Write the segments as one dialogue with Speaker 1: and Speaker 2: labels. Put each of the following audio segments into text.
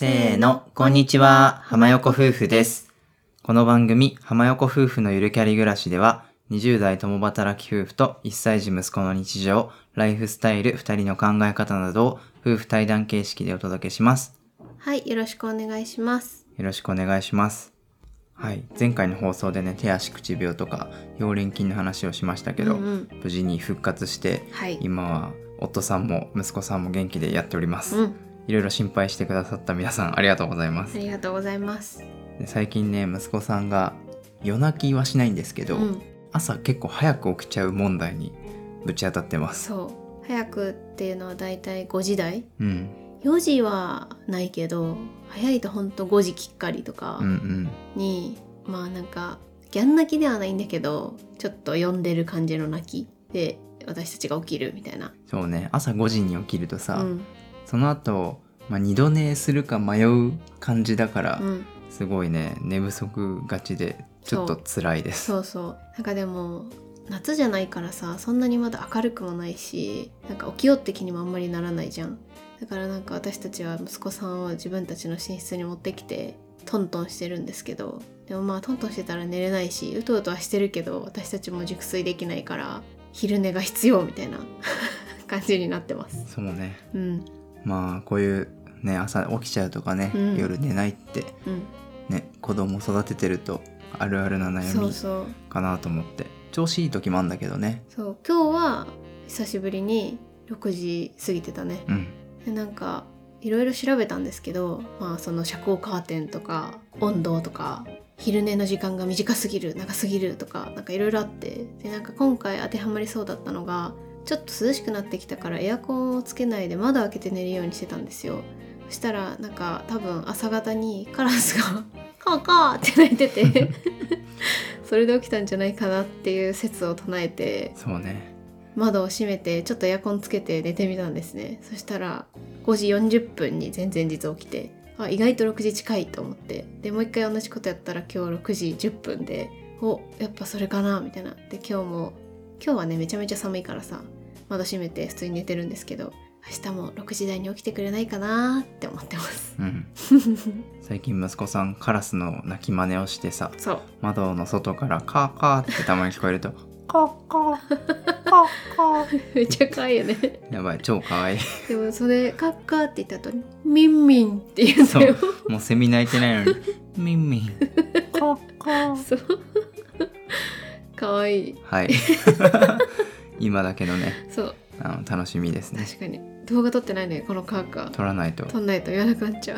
Speaker 1: せーの、こんにちは、浜横夫婦です。この番組、浜横夫婦のゆるキャリ暮らしでは、20代共働き夫婦と1歳児息子の日常、ライフスタイル、2人の考え方などを夫婦対談形式でお届けします。
Speaker 2: はい、よろしくお願いします。
Speaker 1: よろしくお願いします。はい、前回の放送でね、手足口病とか溶連菌の話をしましたけど、無事に復活して、今は夫さんも息子さんも元気でやっております。いろいろ心配してくださった皆さんありがとうございます。
Speaker 2: ありがとうございます。
Speaker 1: で最近ね、息子さんが夜泣きはしないんですけど、朝結構早く起きちゃう問題にぶち当たってます。
Speaker 2: そう、早くっていうのはだいたい5時台、4時はないけど早いとほんと5時きっかりとかに、まあなんかギャン泣きではないんだけどちょっと呼んでる感じの泣きで私たちが起きるみたいな。
Speaker 1: そうね、朝5時に起きるとさ、その後、二度寝するか迷う感じだから、すごいね、寝不足がちでちょっと辛いです。
Speaker 2: そうなんかでも夏じゃないからさ、そんなにまだ明るくもないし、なんか起きようって気にもあんまりならないじゃん。だからなんか私たちは息子さんを自分たちの寝室に持ってきてトントンしてるんですけど、でもまあトントンしてたら寝れないし、うとうとはしてるけど私たちも熟睡できないから昼寝が必要みたいな感じになってます。
Speaker 1: そうね、まあこういうね、朝起きちゃうとかね、夜寝ないって、ね、子供育ててるとあるあるな悩みかなと思って。調子いい時もあるんだけどね。
Speaker 2: そう、今日は久しぶりに6時過ぎてたね。でなんかいろいろ調べたんですけど、その遮光カーテンとか温度とか昼寝の時間が短すぎる長すぎるとかなんかいろいろあって、でなんか今回当てはまりそうだったのが、ちょっと涼しくなってきたからエアコンをつけないで窓開けて寝るようにしてたんですよ。そしたらなんか多分朝方にカラスがカーカーって鳴いててそれで起きたんじゃないかなっていう説を唱えて、
Speaker 1: そうね、
Speaker 2: 窓を閉めてちょっとエアコンつけて寝てみたんですね。そしたら5時40分に前々日起きて、意外と6時近いと思って、でもう一回同じことやったら今日6時10分でやっぱそれかなみたいな。で今日はねめちゃめちゃ寒いからさ、窓閉めて普通に寝てるんですけど、明日も6時台に起きてくれないかなって思ってます。
Speaker 1: 最近息子さんカラスの鳴き真似をしてさ、
Speaker 2: そう
Speaker 1: 窓の外からカーカーってたまに聞こえるとカーカーカーカー
Speaker 2: めっちゃ可愛いよね。
Speaker 1: やばい、超可愛い。
Speaker 2: でもそれカッカーって言った後にミンミンって言うんだよ。
Speaker 1: もうセミ鳴いてないのにミンミンカッカー。
Speaker 2: そう可愛い。
Speaker 1: はい今だけのね、
Speaker 2: そう
Speaker 1: 楽しみですね。
Speaker 2: 確かに動画撮ってないね、このカーカー。
Speaker 1: 撮らないと
Speaker 2: 言わなくなっちゃう。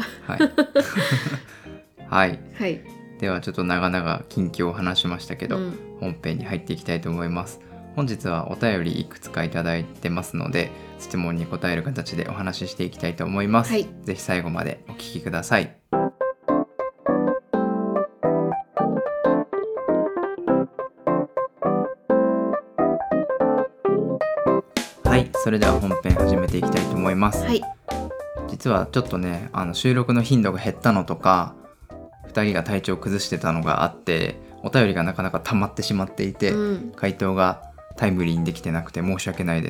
Speaker 1: はい、ではちょっと長々近況を話しましたけど、本編に入っていきたいと思います。本日はお便りいくつかいただいてますので、質問に答える形でお話ししていきたいと思います。ぜひ最後までお聞きください。はい、それでは本編始めていきたいと思います。実はちょっとね、収録の頻度が減ったのとか、2人が体調を崩してたのがあって、お便りがなかなか溜まってしまっていて、回答がタイムリーにできてなくて申し訳ないです、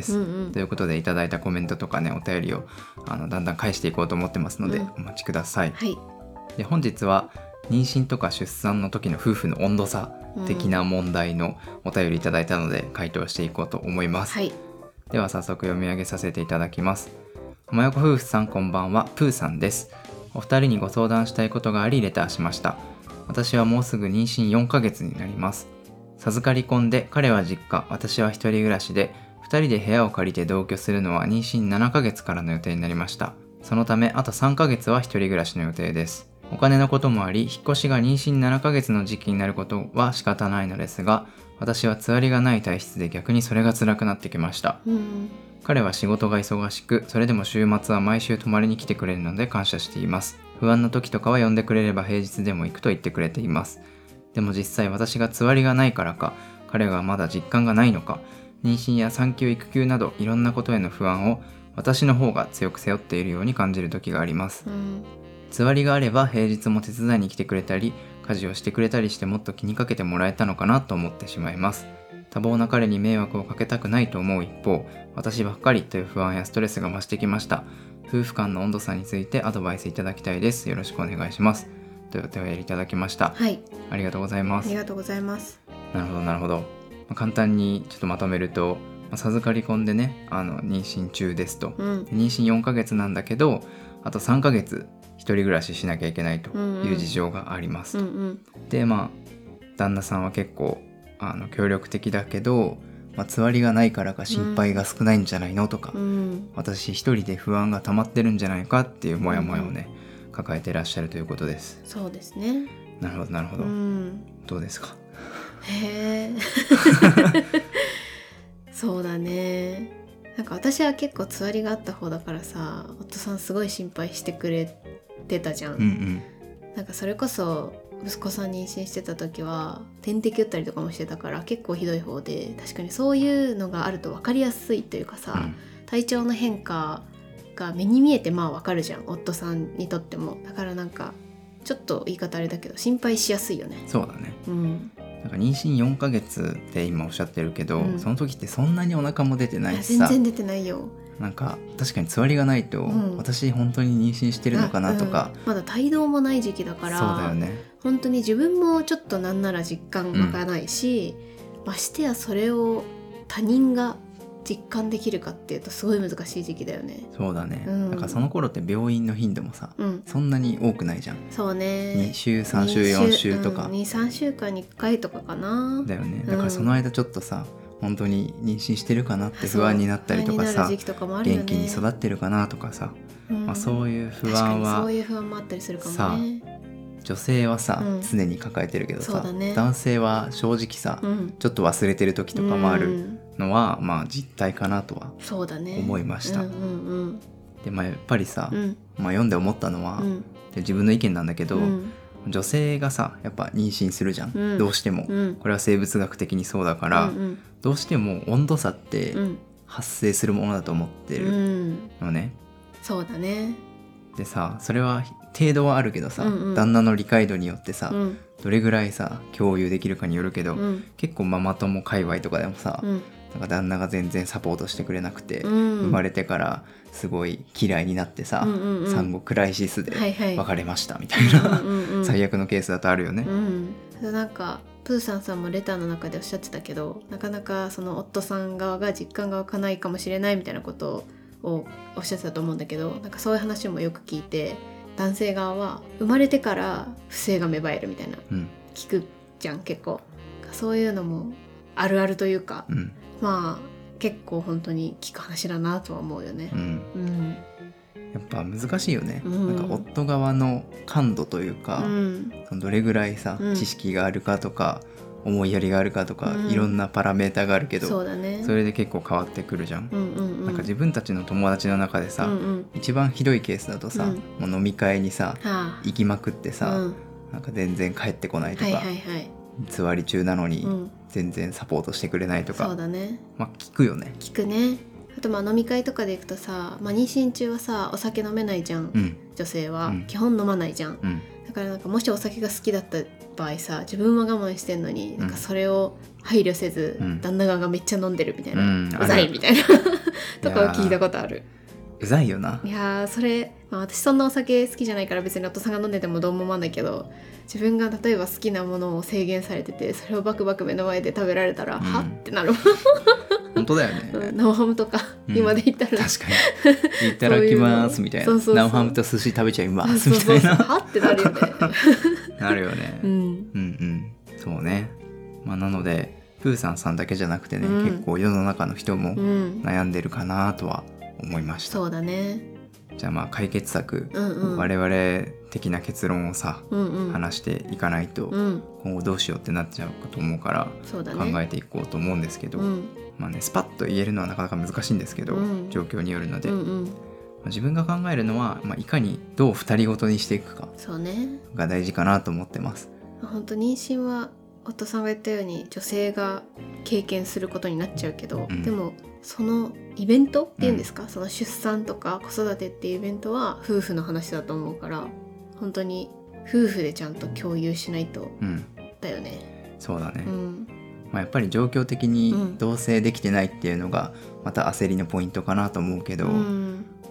Speaker 1: ということでいただいたコメントとかね、お便りをだんだん返していこうと思ってますので、お待ちください。で本日は妊娠とか出産の時の夫婦の温度差的な問題のお便りいただいたので回答していこうと思います。では早速読み上げさせていただきます。浜横夫婦さんこんばんは、プーさんです。お二人にご相談したいことがありレターしました。私はもうすぐ妊娠4ヶ月になります。授かり婚で彼は実家、私は一人暮らしで、2人で部屋を借りて同居するのは妊娠7ヶ月からの予定になりました。そのためあと3ヶ月は一人暮らしの予定です。お金のこともあり、引っ越しが妊娠7ヶ月の時期になることは仕方ないのですが、私はつわりがない体質で逆にそれが辛くなってきました。彼は仕事が忙しく、それでも週末は毎週泊まりに来てくれるので感謝しています。不安な時とかは呼んでくれれば平日でも行くと言ってくれています。でも実際私がつわりがないからか、彼がまだ実感がないのか、妊娠や産休育休などいろんなことへの不安を私の方が強く背負っているように感じる時があります。つわりがあれば平日も手伝いに来てくれたり、家事をしてくれたりしてもっと気にかけてもらえたのかなと思ってしまいます。多忙な彼に迷惑をかけたくないと思う一方、私ばっかりという不安やストレスが増してきました。 夫婦間の温度差についてアドバイスいただきたいです。よろしくお願いします。というお便りいただきました。
Speaker 2: はい、
Speaker 1: ありがとうございます。
Speaker 2: ありがとうございます。
Speaker 1: なるほどなるほど。簡単にちょっとまとめると、授かり婚でね、妊娠中ですと、妊娠4ヶ月なんだけど、あと3ヶ月一人暮らししなきゃいけないという事情がありますと、で旦那さんは結構協力的だけど、つわりがないからか心配が少ないんじゃないのとか、私一人で不安が溜まってるんじゃないかっていうモヤモヤをね、抱えてらっしゃるということです。
Speaker 2: そうですね。
Speaker 1: なるほどなるほど、どうですか？
Speaker 2: へえそうだね。なんか私は結構つわりがあった方だからさ、夫さんすごい心配してくれてたじゃん、なんかそれこそ息子さん妊娠してた時は点滴打ったりとかもしてたから結構ひどい方で、確かにそういうのがあると分かりやすいというかさ、体調の変化が目に見えて分かるじゃん、夫さんにとっても。だからなんかちょっと言い方あれだけど心配しやすいよね。
Speaker 1: そうだね。なんか妊娠4ヶ月って今おっしゃってるけど、その時ってそんなにお腹も出てないしさ。
Speaker 2: 全然出てないよ。
Speaker 1: なんか確かにつわりがないと、私本当に妊娠してるのかなとか、
Speaker 2: まだ胎動もない時期だから。
Speaker 1: そうだよね。
Speaker 2: 本当に自分もちょっとなんなら実感湧かないし、ましてやそれを他人が実感できるかっていうとすごい難しい時期だよね。
Speaker 1: そうだね、なんかその頃って病院の頻度もさ、そんなに多くないじゃん。
Speaker 2: そうね。
Speaker 1: 2週3週4週とか、
Speaker 2: 2,3 週間に1回とかかな。
Speaker 1: だよね。だからその間ちょっとさ、本当に妊娠してるかなって不安になったりとかさ、元気に育ってるかなとかさ、そういう不安は
Speaker 2: そういう不安もあったりするかもね。
Speaker 1: 女性はさ、常に抱えてるけどさ、
Speaker 2: ね、
Speaker 1: 男性は正直さ、ちょっと忘れてる時とかもあるのは、実態かなとは思いました。で、やっぱりさ、読んで思ったのは、で自分の意見なんだけど、女性がさやっぱ妊娠するじゃん、どうしても、これは生物学的にそうだから、どうしても温度差って発生するものだと思ってるのね。
Speaker 2: そうだね。
Speaker 1: でさ、それは程度はあるけどさ、旦那の理解度によってさ、どれぐらいさ共有できるかによるけど、結構ママ友界隈とかでもさ、なんか旦那が全然サポートしてくれなくて、生まれてからすごい嫌いになってさ、産後クライシスで別れましたみたいな、最悪のケースだとあるよね。
Speaker 2: なんかプーさんもレターの中でおっしゃってたけど、なかなかその夫さん側が実感が湧かないかもしれないみたいなことをおっしゃってたと思うんだけど、なんかそういう話もよく聞いて、男性側は生まれてから不正が芽生えるみたいな、聞くじゃん結構。そういうのもあるあるというか、結構本当に聞く話だなとは思うよね。
Speaker 1: やっぱ難しいよね、なんか夫側の感度というか、そのどれぐらいさ、知識があるかとか思いやりがあるかとか、いろんなパラメータがあるけど、それで結構変わってくるじゃん。なんか自分たちの友達の中でさ、一番ひどいケースだとさ、もう飲み会にさ、行きまくってさ、なんか全然帰ってこないとか、つわり中なのに全然サポートしてくれないとか、
Speaker 2: そうだね。
Speaker 1: 聞くよね。
Speaker 2: 聞くね。あと飲み会とかで行くとさ、妊娠中はさお酒飲めないじゃん、女性は、基本飲まないじゃん、だからなんかもしお酒が好きだった場合さ、自分は我慢してんのに、なんかそれを配慮せず、旦那側がめっちゃ飲んでるみたいな、うざいみたいなとかを聞いたことある。
Speaker 1: うざいよな。
Speaker 2: いやそれ、私そんなお酒好きじゃないから別に夫さんが飲んでてもどうも思わないけど、自分が例えば好きなものを制限されてて、それをバクバク目の前で食べられたら、はってなる
Speaker 1: 本当だよね。
Speaker 2: 生ハムとか、今で言ったら
Speaker 1: 確かにいただきますみたいな、生ハムと寿司食べちゃいますみたいな、
Speaker 2: はってなるよね
Speaker 1: なるよね。そうね。なのでプーさんだけじゃなくてね、結構世の中の人も悩んでるかなとは思いました。
Speaker 2: そうだね。
Speaker 1: じゃあ解決策、我々的な結論をさ、話していかないと、今後どうしようってなっちゃうかと思うから、考えていこうと思うんですけど、スパッと言えるのはなかなか難しいんですけど、状況によるので、自分が考えるのは、いかにどう二人ごとにしていくかが大事かなと思ってます。
Speaker 2: 本当妊娠は夫さんが言ったように女性が経験することになっちゃうけど、でもそのイベントっていうんですか、その出産とか子育てっていうイベントは夫婦の話だと思うから、本当に夫婦でちゃんと共有しないと、だよね。
Speaker 1: そうだね。やっぱり状況的に同棲できてないっていうのがまた焦りのポイントかなと思うけど、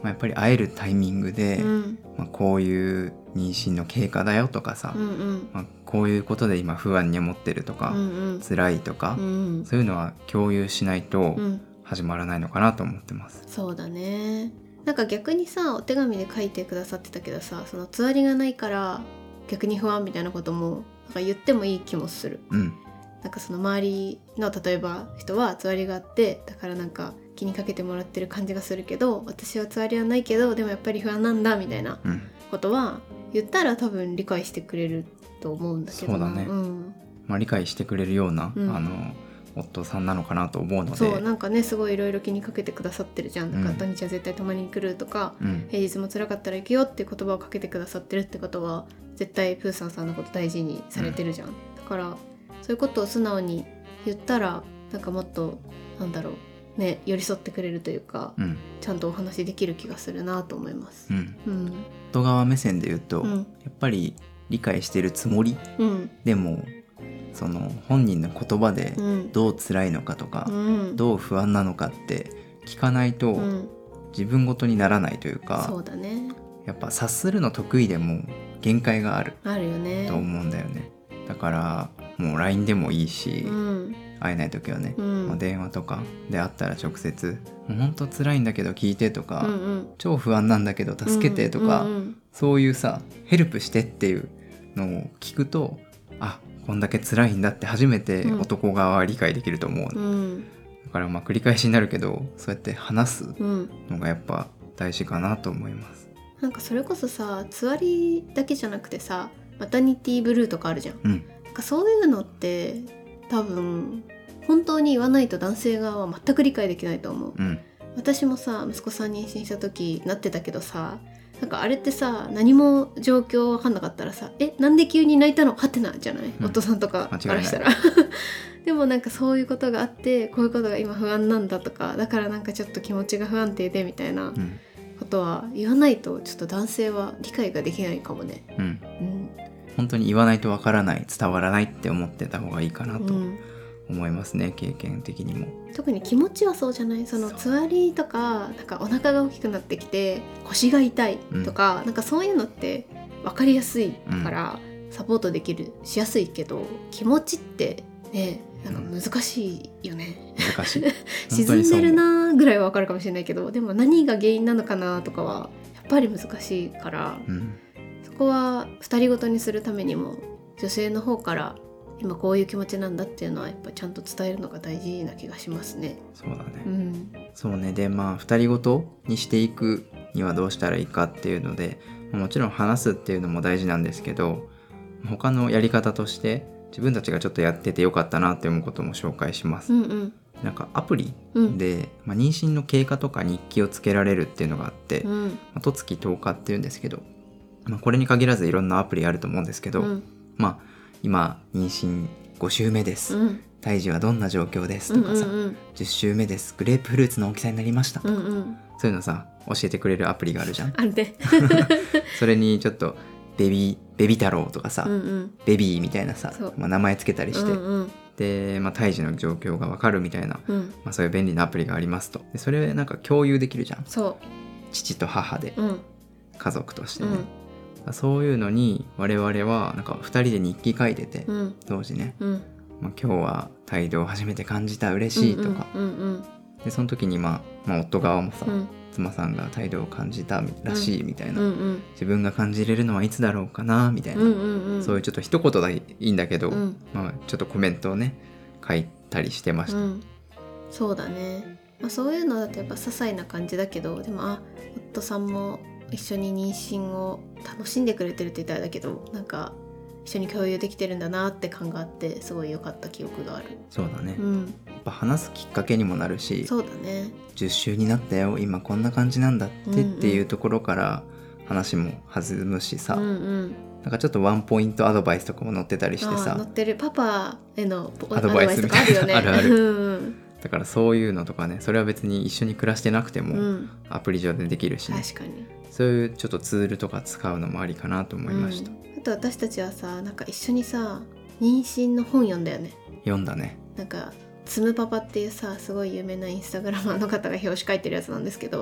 Speaker 1: やっぱり会えるタイミングで、こういう妊娠の経過だよとかさ、こういうことで今不安に思ってるとか、辛いとか、そういうのは共有しないと始まらないのかなと思ってます。
Speaker 2: そうだね。なんか逆にさ、お手紙で書いてくださってたけどさ、そのつわりがないから逆に不安みたいなこともなんか言ってもいい気もする。なんかその周りの例えば人はつわりがあって、だからなんか気にかけてもらってる感じがするけど、私はつわりはないけどでもやっぱり不安なんだみたいなことは言ったら多分理解してくれると思うんだけど。
Speaker 1: そうだね、理解してくれるような、夫さんなのかなと思うので。
Speaker 2: そうなんかね、すごいいろいろ気にかけてくださってるじゃん。だから土日は絶対泊まりに来るとか、平日も辛かったら行くよっていう言葉をかけてくださってるってことは絶対プーさんさんのこと大事にされてるじゃん。だからそういうことを素直に言ったらなんかもっとなんだろうね、寄り添ってくれるというか、ちゃんとお話できる気がするなと思います。
Speaker 1: 外側目線で言うと、やっぱり理解してるつもり、でもその本人の言葉でどう辛いのかとか、どう不安なのかって聞かないと自分ごとにならないというか、
Speaker 2: そうだね、
Speaker 1: やっぱ察するの得意でも限界がある
Speaker 2: よね
Speaker 1: と思うんだよね。だからもう LINE でもいいし、会えない時はね、電話とかで会ったら直接もうほんと辛いんだけど聞いてとか、超不安なんだけど助けてとか、そういうさヘルプしてっていうのを聞くと、あ、こんだけ辛いんだって初めて男側は理解できると思う、だから繰り返しになるけどそうやって話すのがやっぱ大事かなと思います。
Speaker 2: なんかそれこそさ、つわりだけじゃなくてさ、マタニティブルーとかあるじゃん、なんかそういうのって多分本当に言わないと男性側は全く理解できないと思う、私もさ息子さん妊娠した時なってたけどさ、なんかあれってさ何も状況分かんなかったらさ、なんで急に泣いたのはてなじゃない、夫さんとかからしたらでもなんかそういうことがあって、こういうことが今不安なんだとか、だからなんかちょっと気持ちが不安定でみたいなことは言わないとちょっと男性は理解ができないかもね。
Speaker 1: 本当に言わないとわからない、伝わらないって思ってた方がいいかなと思いますね、経験的にも。
Speaker 2: 特に気持ちはそうじゃない、そのつわりとか、なんかお腹が大きくなってきて腰が痛いとか、なんかそういうのって分かりやすいからサポートできる、しやすいけど、気持ちってね、なんか難しいよね。
Speaker 1: 難しい
Speaker 2: 沈んでるなぐらいは分かるかもしれないけど、でも何が原因なのかなとかはやっぱり難しいから、そこは2人ごとにするためにも女性の方から今こういう気持ちなんだっていうのはやっぱちゃんと伝えるのが大事な気がしますね。
Speaker 1: そうだね、そうね。で2人ごとにしていくにはどうしたらいいかっていうので、もちろん話すっていうのも大事なんですけど、他のやり方として自分たちがちょっとやっててよかったなって思うことも紹介します。なんかアプリで、妊娠の経過とか日記をつけられるっていうのがあって、十月10日っていうんですけど、これに限らずいろんなアプリあると思うんですけど、今妊娠5週目です、胎児はどんな状況ですとかさ、10週目です、グレープフルーツの大きさになりましたとか、そういうのさ教えてくれるアプリがあるじゃん。
Speaker 2: あるね
Speaker 1: それにちょっとベビ太郎とかさ、ベビーみたいなさ、名前つけたりして、で、胎児の状況が分かるみたいな、そういう便利なアプリがありますと。でそれなんか共有できるじゃん。父と母で、家族としてね、そういうのに我々はなんか2人で日記書いてて、当時ね、今日は胎動を初めて感じた、嬉しいとか、でその時に夫側もさ、妻さんが胎動を感じたらしいみたいな、自分が感じれるのはいつだろうかなみたいな、そういうちょっと一言でいいんだけど、ちょっとコメントをね書いたりしてました。
Speaker 2: そうだね、そういうのだとやっぱ些細な感じだけど、でも夫さんも一緒に妊娠を楽しんでくれてるって言ったらだけど、なんか一緒に共有できてるんだなって感があって、すごい良かった記憶がある。
Speaker 1: そうだね、やっぱ話すきっかけにもなるし、
Speaker 2: そうだね、
Speaker 1: 10週になったよ、今こんな感じなんだってっていうところから話も弾むしさ、なんかちょっとワンポイントアドバイスとかも載ってたりしてさ、
Speaker 2: 載ってる、パパへの
Speaker 1: アドバイスとかあるよね。あるあ
Speaker 2: る
Speaker 1: だからそういうのとかね、それは別に一緒に暮らしてなくてもアプリ上でできるし、
Speaker 2: 確かに
Speaker 1: そういうちょっとツールとか使うのもありかなと思いました。
Speaker 2: あと私たちはさ、なんか一緒にさ妊娠の本読んだよね。
Speaker 1: 読んだね。
Speaker 2: なんかつむパパっていうさ、すごい有名なインスタグラマーの方が表紙書いてるやつなんですけど、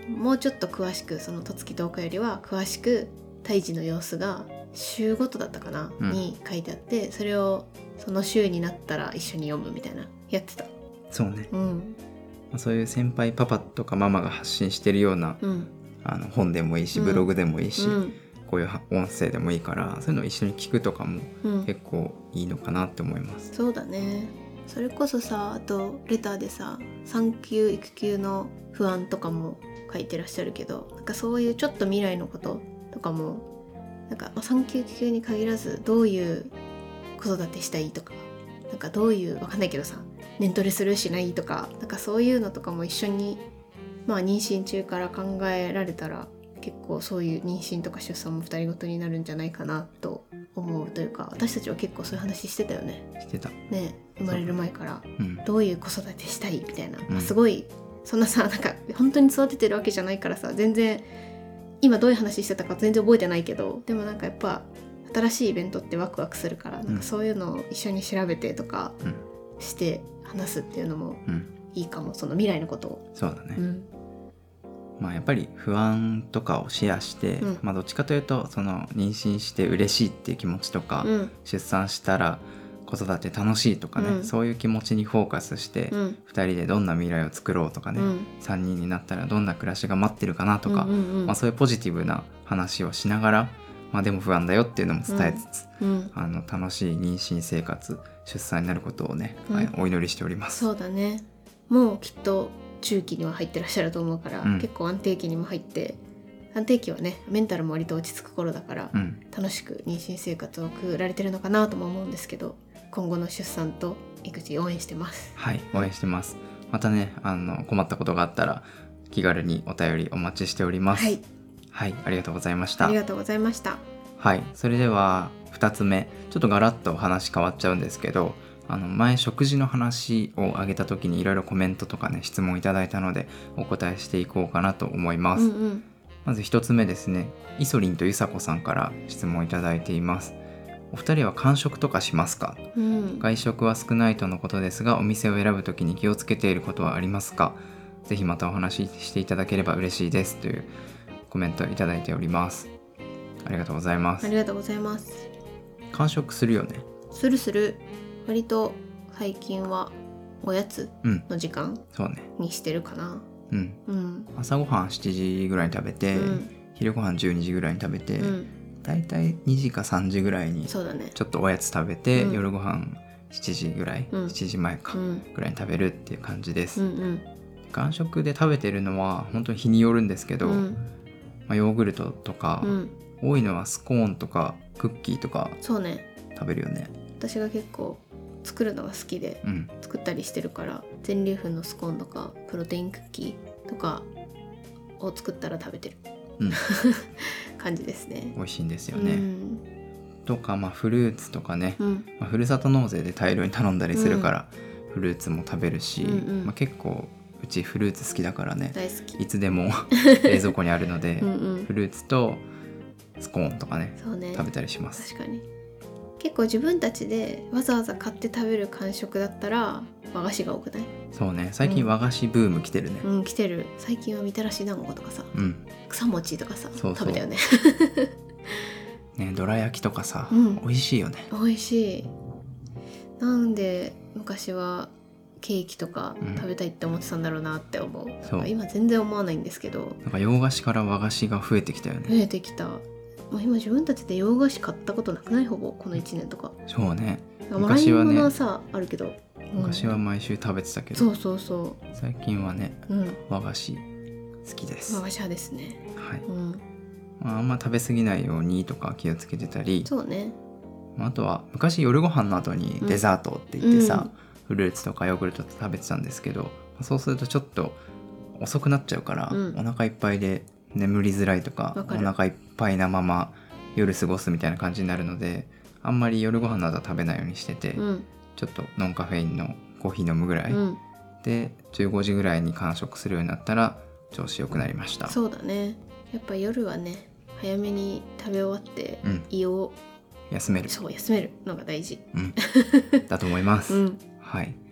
Speaker 2: もうちょっと詳しくその十月10日よりは詳しく胎児の様子が週ごとだったかな、に書いてあって、それをその週になったら一緒に読むみたいなやってた。
Speaker 1: そうね、そういう先輩パパとかママが発信してるような、本でもいいしブログでもいいし、こういう音声でもいいから、そういうのを一緒に聞くとかも結構いいのかなって思います。
Speaker 2: そうだね。それこそさ、あとレターでさ、産休育休の不安とかも書いてらっしゃるけど、なんかそういうちょっと未来のこととかも、なんか産休育休に限らずどういう子育てしたいとか、なんかどういうわかんないけどさ、年トレするしないとか、なんかそういうのとかも一緒に妊娠中から考えられたら、結構そういう妊娠とか出産も二人ごとになるんじゃないかなと思うというか、私たちは結構そういう話してたよね。
Speaker 1: してた
Speaker 2: ね、生まれる前からどういう子育てしたいみたいな、すごいそんなさ、なんか本当に育ててるわけじゃないからさ、全然今どういう話してたか全然覚えてないけど、でもなんかやっぱ新しいイベントってワクワクするから、なんかそういうのを一緒に調べてとかして話すっていうのもいいかも、その未来のことを。
Speaker 1: そうだね、やっぱり不安とかをシェアして、どっちかというとその妊娠して嬉しいっていう気持ちとか、出産したら子育て楽しいとかね、そういう気持ちにフォーカスして、2人でどんな未来を作ろうとかね、3人になったらどんな暮らしが待ってるかなとか、そういうポジティブな話をしながら、でも不安だよっていうのも伝えつつ、楽しい妊娠生活出産になることをね、お祈りしております。
Speaker 2: そうだね。もうきっと中期には入ってらっしゃると思うから、結構安定期にも入って、安定期はねメンタルも割と落ち着く頃だから、楽しく妊娠生活を送られてるのかなとも思うんですけど、今後の出産と育児応援してます。
Speaker 1: はい、応援してます。またね、困ったことがあったら気軽にお便りお待ちしております。はい、ありがとうございました。
Speaker 2: ありがとうございました。
Speaker 1: はい、それでは2つ目、ちょっとガラッと話変わっちゃうんですけど、前食事の話を挙げた時にいろいろコメントとかね質問いただいたのでお答えしていこうかなと思います。まず1つ目ですね、イソリンとゆさこさんから質問いただいています。お二人は間食とかしますか？外食は少ないとのことですが、お店を選ぶときに気をつけていることはありますか？ぜひまたお話ししていただければ嬉しいですというコメントいただいております。ありがとうございます。
Speaker 2: ありがとうございます。
Speaker 1: 間食するよね。
Speaker 2: する。割と最近はおやつの時間にしてるかな。朝ごはん7時ぐらいに食べて、昼ごはん12時ぐらいに食べて、だいたい2時か3時ぐらいにちょっとおやつ食べて、夜ごはん7時ぐらい、7時前かぐらいに食べるっていう感じです。間食で食べてるのは本当に日によるんですけど、ヨーグルトとか、多いのはスコーンとかクッキーとか食べるよね。 私が結構作るのが好きで、作ったりしてるから、全粒粉のスコーンとかプロテインクッキーとかを作ったら食べてる、感じですね。
Speaker 1: 美味しいんですよね。とかフルーツとかね、ふるさと納税で大量に頼んだりするから、フルーツも食べるし、結構うちフルーツ好きだからね、
Speaker 2: 大好き。
Speaker 1: いつでも冷蔵庫にあるのでフルーツとスコーンとかね、食べたりします。
Speaker 2: 確かに結構自分たちでわざわざ買って食べる間食だったら和菓子が多くない？
Speaker 1: そうね、最近和菓子ブーム来てるね。
Speaker 2: 来てる。最近はみたらし団子とかさ、草餅とかさ、食べたよね。
Speaker 1: ね、どら焼きとかさ、美味しいよね。
Speaker 2: 美味しい。なんで昔はケーキとか食べたいって思ってたんだろうなって思う。今全然思わないんですけど、
Speaker 1: なんか洋菓子から和菓子が増えてきたよね。
Speaker 2: 増えてきた。今自分たちで洋菓子買ったことなくない？ほぼこの1年とか。
Speaker 1: そうね。
Speaker 2: 昔はね、さあるけど、
Speaker 1: 昔は毎週食べてたけど、
Speaker 2: そう
Speaker 1: 最近はね、和菓子好きです。
Speaker 2: 和菓子派ですね。
Speaker 1: はい。あんま食べ過ぎないようにとか気をつけてたり、
Speaker 2: そうね。
Speaker 1: あとは昔夜ご飯の後にデザートって言ってさ、フルーツとかヨーグルトと食べてたんですけど、そうするとちょっと遅くなっちゃうから、お腹いっぱいで眠りづらいとか、お腹いっぱいなまま夜過ごすみたいな感じになるので、あんまり夜ご飯などは食べないようにしてて、ちょっとノンカフェインのコーヒー飲むぐらい、で15時ぐらいに間食するようになったら調子良くなりました。
Speaker 2: そうだね。やっぱ夜はね、早めに食べ終わって、胃を
Speaker 1: 休める
Speaker 2: のが大事、
Speaker 1: だと思います。はい。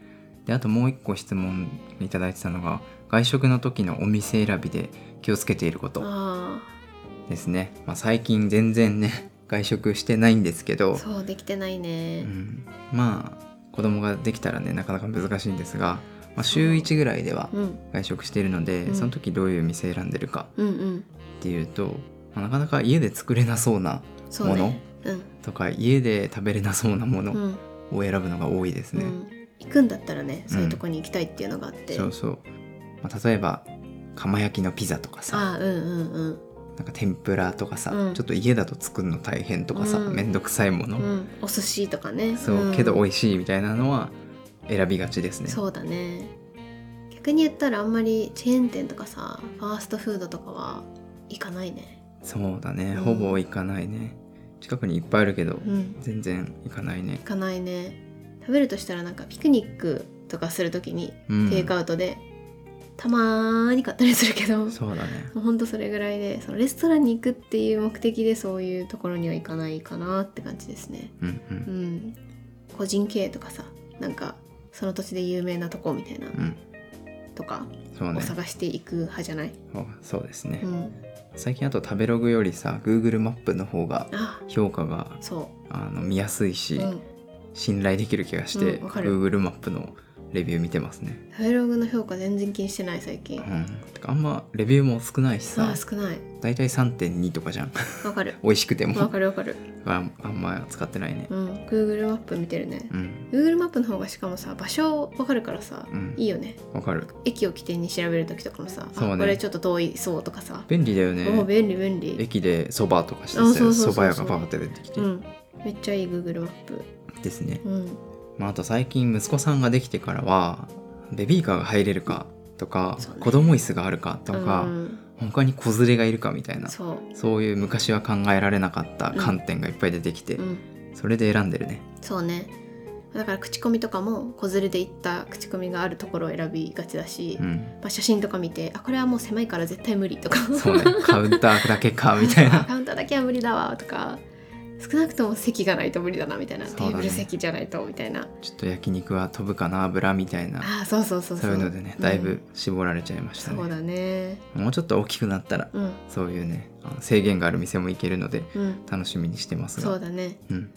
Speaker 1: であともう一個質問いただいてたのが、外食の時のお店選びで気をつけていることですね。最近全然ね外食してないんですけど、
Speaker 2: そうできてないね、
Speaker 1: 子供ができたらねなかなか難しいんですが、週1ぐらいでは外食しているので、その時どういう店選んでるかっていうと、なかなか家で作れなそうなものとか、家で食べれなそうなものを選ぶのが多いですね。
Speaker 2: 行くんだったらね、そういうとこに行きたいっていうのがあって、
Speaker 1: そうそう、例えば釜焼きのピザとかさ、なんか天ぷらとかさ、ちょっと家だと作るの大変とかさ、めんどくさいもの、
Speaker 2: お寿司とかね、
Speaker 1: けど美味しいみたいなのは選びがちですね。
Speaker 2: そうだね。逆に言ったらあんまりチェーン店とかさ、ファーストフードとかは行かないね。
Speaker 1: そうだね、ほぼ行かないね。近くにいっぱいあるけど、全然行かないね。
Speaker 2: 行かないね。食べるとしたらなんかピクニックとかするときにテイクアウトで、たまーに買ったりするけど、
Speaker 1: そうだね、
Speaker 2: もうほんとそれぐらいで、そのレストランに行くっていう目的でそういうところには行かないかなって感じですね。個人経営とかさ、なんかその土地で有名なとこみたいな、とかを探していく派じゃない？
Speaker 1: そうですね、最近あと食べログよりさ Google マップの方が評価が見やすいし、信頼できる気がして、Google マップのレビュー見てますね。
Speaker 2: 食べログの評価全然気にしてない最近。
Speaker 1: あんまレビューも少ないしさ、
Speaker 2: 少ない。
Speaker 1: だいたい 3.2 とかじゃん。
Speaker 2: わかる。
Speaker 1: 美味しくても。
Speaker 2: わかる。
Speaker 1: あんま使ってないね。
Speaker 2: Google マップ見てるね。Google マップの方がしかもさ、場所わかるからさ、いいよね。
Speaker 1: わかる。
Speaker 2: 駅を起点に調べるときとかもさ、これちょっと遠いそうとかさ。
Speaker 1: 便利だよね。
Speaker 2: 便利。
Speaker 1: 駅でそばとかしてさ、そば屋がバーって出てきて。
Speaker 2: めっちゃいい Google マップ。
Speaker 1: ですね。あと最近息子さんができてからは、ベビーカーが入れるかとか、子供椅子があるかとか、他に子連れがいるかみたいな、そういう昔は考えられなかった観点がいっぱい出てきて、それで選んでるね。
Speaker 2: そうね。だから口コミとかも子連れで行った口コミがあるところを選びがちだし、写真とか見て、これはもう狭いから絶対無理とか、
Speaker 1: そうね、カウンターだけかみたいな
Speaker 2: カウンターだけは無理だわとか、少なくとも席がないと無理だなみたいな、テーブル席じゃないとみたいな、
Speaker 1: ちょっと焼肉は飛ぶかな油みたいな、
Speaker 2: そう
Speaker 1: いうのでね、だいぶ絞られちゃいましたね。
Speaker 2: そうだね。
Speaker 1: もうちょっと大きくなったら、そういうね制限がある店も行けるので、楽しみにしてますが。
Speaker 2: そうだね。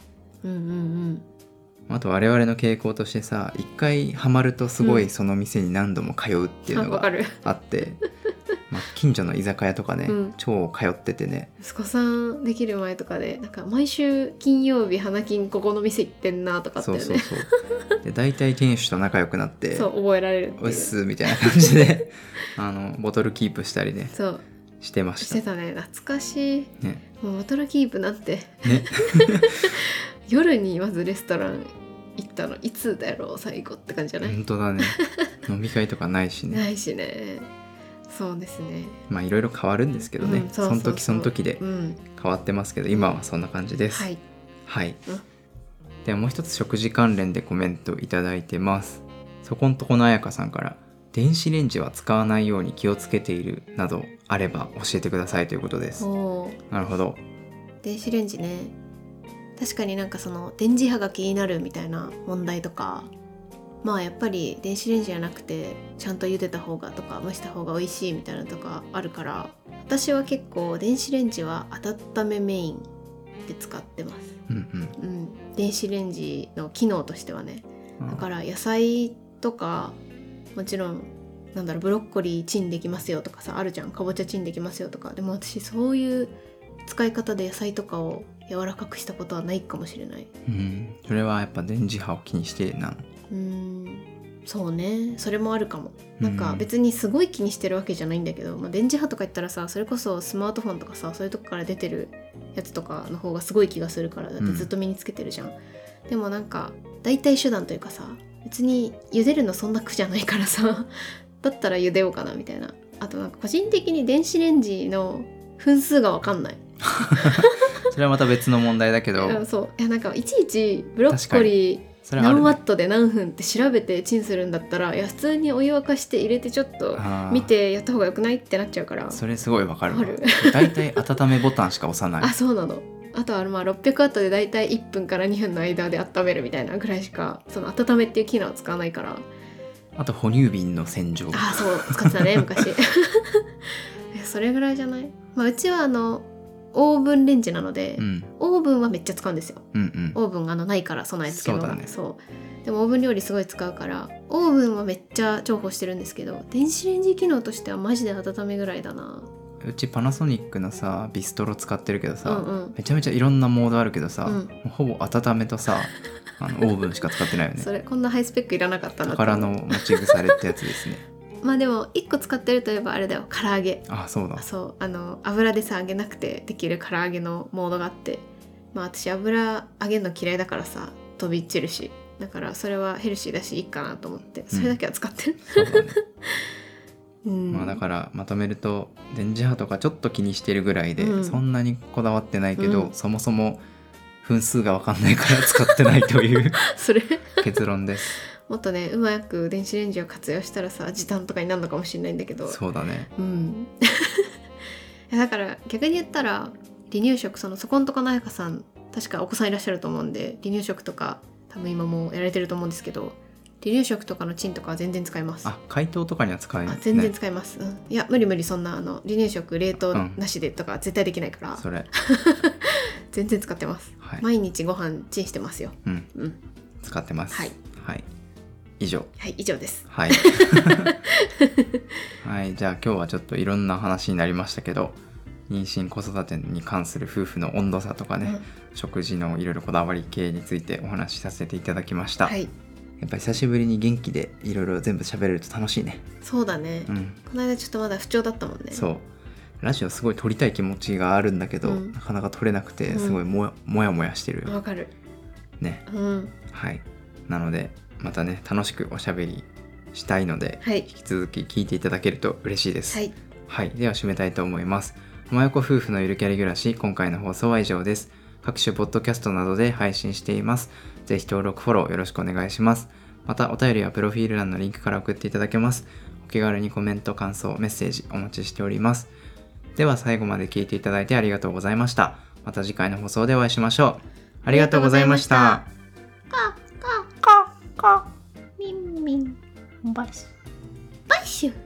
Speaker 1: あと我々の傾向としてさ、一回ハマるとすごいその店に何度も通うっていうのがあって、近所の居酒屋とかね、超通っててね。
Speaker 2: 息子さんできる前とかで、なんか毎週金曜日花金ここの店行ってんなとかってね。そう
Speaker 1: で大体店主と仲良くなって
Speaker 2: 覚えられるっていう、
Speaker 1: おっすみたいな感じでボトルキープしたりね、してました。
Speaker 2: してたね。懐かしい、もうボトルキープなんて、夜にまずレストラン行ったのいつだろう最後って感じじゃない？
Speaker 1: 本当だね。飲み会とかないしね。
Speaker 2: ないしね。そうですね。
Speaker 1: いろいろ変わるんですけどね、その時その時で変わってますけど、今はそんな感じです。はい、ではもう一つ食事関連でコメントいただいてます。そこんとこのあやかさんから、電子レンジは使わないように気をつけているなどあれば教えてくださいということです。なるほど。電
Speaker 2: 子レンジね、確かになんかその電磁波が気になるみたいな問題とか、やっぱり電子レンジじゃなくてちゃんと茹でた方がとか蒸した方が美味しいみたいなのとかあるから、私は結構電子レンジは温めメインで使ってます。電子レンジの機能としてはね。だから野菜とかもちろんブロッコリーチンできますよとかさあるじゃん、かぼちゃチンできますよとか。でも私そういう使い方で野菜とかを柔らかくしたことはないかもしれない。
Speaker 1: それはやっぱ電磁波を気にしてなの？
Speaker 2: そうね、それもあるかも。なんか別にすごい気にしてるわけじゃないんだけど、電磁波とか言ったらさ、それこそスマートフォンとかさ、そういうとこから出てるやつとかの方がすごい気がするから、だってずっと身につけてるじゃん。でもなんか代替手段というかさ、別に茹でるのそんな苦じゃないからさだったら茹でようかなみたいな。あとなんか個人的に電子レンジの分数が分かんない
Speaker 1: それはまた別の問題だけど
Speaker 2: なんかいちいちブロッコリー何ワットで何分って調べてチンするんだったら、普通にお湯沸かして入れてちょっと見てやった方がよくないってなっちゃうから。
Speaker 1: それすごいわかる。だいたい温めボタンしか押さない
Speaker 2: そうなの。あとは600ワットでだいたい1分から2分の間で温めるみたいなぐらいしか、その温めっていう機能を使わないから、
Speaker 1: あと哺乳瓶の洗浄。
Speaker 2: あ、そう使ってたね昔それぐらいじゃない？まあ、うちはオーブンレンジなので、オーブンはめっちゃ使うんですよ、オーブンがないから備え付けの。そうだね。そうでもオーブン料理すごい使うからオーブンはめっちゃ重宝してるんですけど、電子レンジ機能としてはマジで温めぐらいだな。
Speaker 1: うちパナソニックのさビストロ使ってるけどさ、めちゃめちゃいろんなモードあるけどさ、ほぼ温めとさオーブンしか使ってないよね
Speaker 2: それこんなハイスペックいらなかったな。
Speaker 1: 宝の持ち腐れってやつですね
Speaker 2: まあでも1個使ってるといえばあれだよ、唐揚げ。
Speaker 1: あ、そうだ。
Speaker 2: そう油でさ揚げなくてできる唐揚げのモードがあって、まあ私油揚げるの嫌いだからさ飛び散るし、だからそれはヘルシーだしいいかなと思ってそれだけは使ってる、
Speaker 1: そうだねまあだからまとめると電磁波とかちょっと気にしてるぐらいで、そんなにこだわってないけど、そもそも分数が分かんないから使ってないという
Speaker 2: それ
Speaker 1: 結論です
Speaker 2: もっとねうまく電子レンジを活用したらさ時短とかになるのかもしれないんだけど。
Speaker 1: そうだね。
Speaker 2: だから逆に言ったら離乳食、そこんとこのあやかさん確かお子さんいらっしゃると思うんで、離乳食とか多分今もうやられてると思うんですけど、離乳食とかのチンとかは全然使います。
Speaker 1: あ、解凍とかには使えない、ね、
Speaker 2: 全然使います、いや無理そんな離乳食冷凍なしでとか絶対できないから、
Speaker 1: それ
Speaker 2: 全然使ってます、毎日ご飯チンしてますよ。
Speaker 1: 使ってます。はい、以上
Speaker 2: です。
Speaker 1: はい、はい、じゃあ今日はちょっといろんな話になりましたけど、妊娠子育てに関する夫婦の温度差とかね、食事のいろいろこだわり系についてお話しさせていただきました。やっぱり久しぶりに元気でいろいろ全部喋れると楽しいね。
Speaker 2: そうだね、この間ちょっとまだ不調だったもんね。
Speaker 1: そう、ラジオすごい撮りたい気持ちがあるんだけど、なかなか撮れなくてすごいもやもやしてるよ。
Speaker 2: わかる
Speaker 1: ね、はい。なのでまたね楽しくおしゃべりしたいので、引き続き聞いていただけると嬉しいです。はい、では締めたいと思います。浜横夫婦のゆるキャリ暮らし、今回の放送は以上です。各種ポッドキャストなどで配信しています。ぜひ登録フォローよろしくお願いします。またお便りはプロフィール欄のリンクから送っていただけます。お気軽にコメント、感想、メッセージお待ちしております。では最後まで聞いていただいてありがとうございました。また次回の放送でお会いしましょう。ありがとうございました。
Speaker 2: ミンミンバッシュ